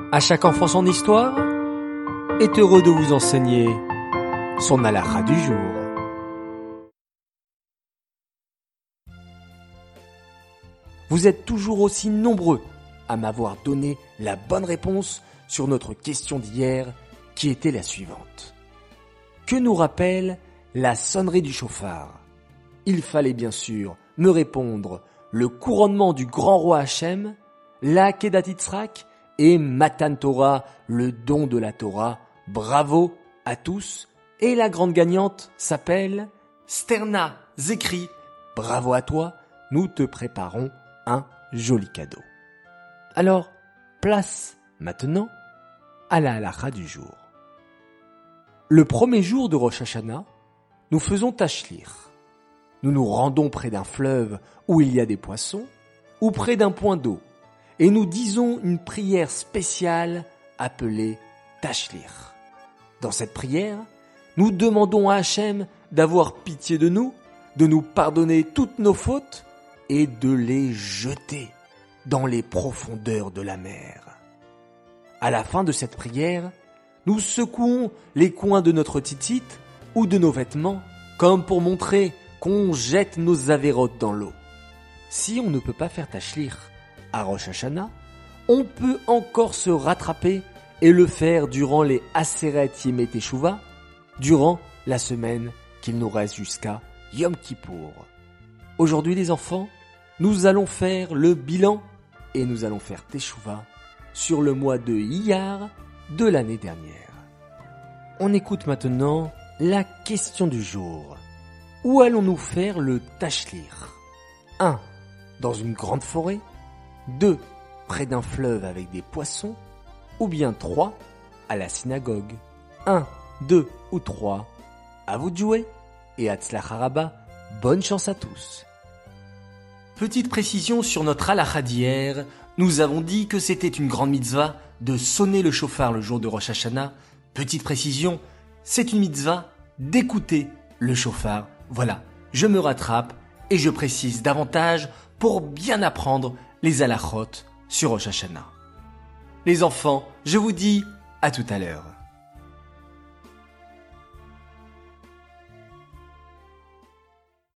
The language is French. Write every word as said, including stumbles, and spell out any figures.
À chaque enfant son histoire est heureux de vous enseigner son halakha du jour. Vous êtes toujours aussi nombreux à m'avoir donné la bonne réponse sur notre question d'hier qui était la suivante. Que nous rappelle la sonnerie du chauffard? Il fallait bien sûr me répondre le couronnement du grand roi Hachem, la Kedat Yitzhak et Matan Torah, le don de la Torah. Bravo à tous. Et la grande gagnante s'appelle Sterna Zekri. Bravo à toi, nous te préparons un joli cadeau. Alors, place maintenant à la halakha du jour. Le premier jour de Rosh Hashanah, nous faisons tashlir. Nous nous rendons près d'un fleuve où il y a des poissons ou près d'un point d'eau et nous disons une prière spéciale appelée tashlir. Dans cette prière, nous demandons à Hachem d'avoir pitié de nous, de nous pardonner toutes nos fautes et de les jeter dans les profondeurs de la mer. À la fin de cette prière, nous secouons les coins de notre titite ou de nos vêtements comme pour montrer qu'on jette nos avérotes dans l'eau. Si on ne peut pas faire tashlir à Rosh Hashanah, on peut encore se rattraper et le faire durant les Aseret Yemei Teshuvah, durant la semaine qu'il nous reste jusqu'à Yom Kippour. Aujourd'hui les enfants, nous allons faire le bilan et nous allons faire Teshuvah sur le mois de Iyar de l'année dernière. On écoute maintenant la question du jour. Où allons-nous faire le tashlir? un. Dans une grande forêt. deux. Près d'un fleuve avec des poissons. Ou bien trois. À la synagogue. un, deux ou trois. À vous de jouer. Et Hatzlacha Rabba, bonne chance à tous. Petite précision sur notre halakha d'hier. Nous avons dit que c'était une grande mitzvah de sonner le chauffard le jour de Rosh Hashanah. Petite précision, c'est une mitzvah d'écouter le chauffard. Voilà, je me rattrape et je précise davantage pour bien apprendre les halachot sur Rosh Hashanah. Les enfants, je vous dis à tout à l'heure.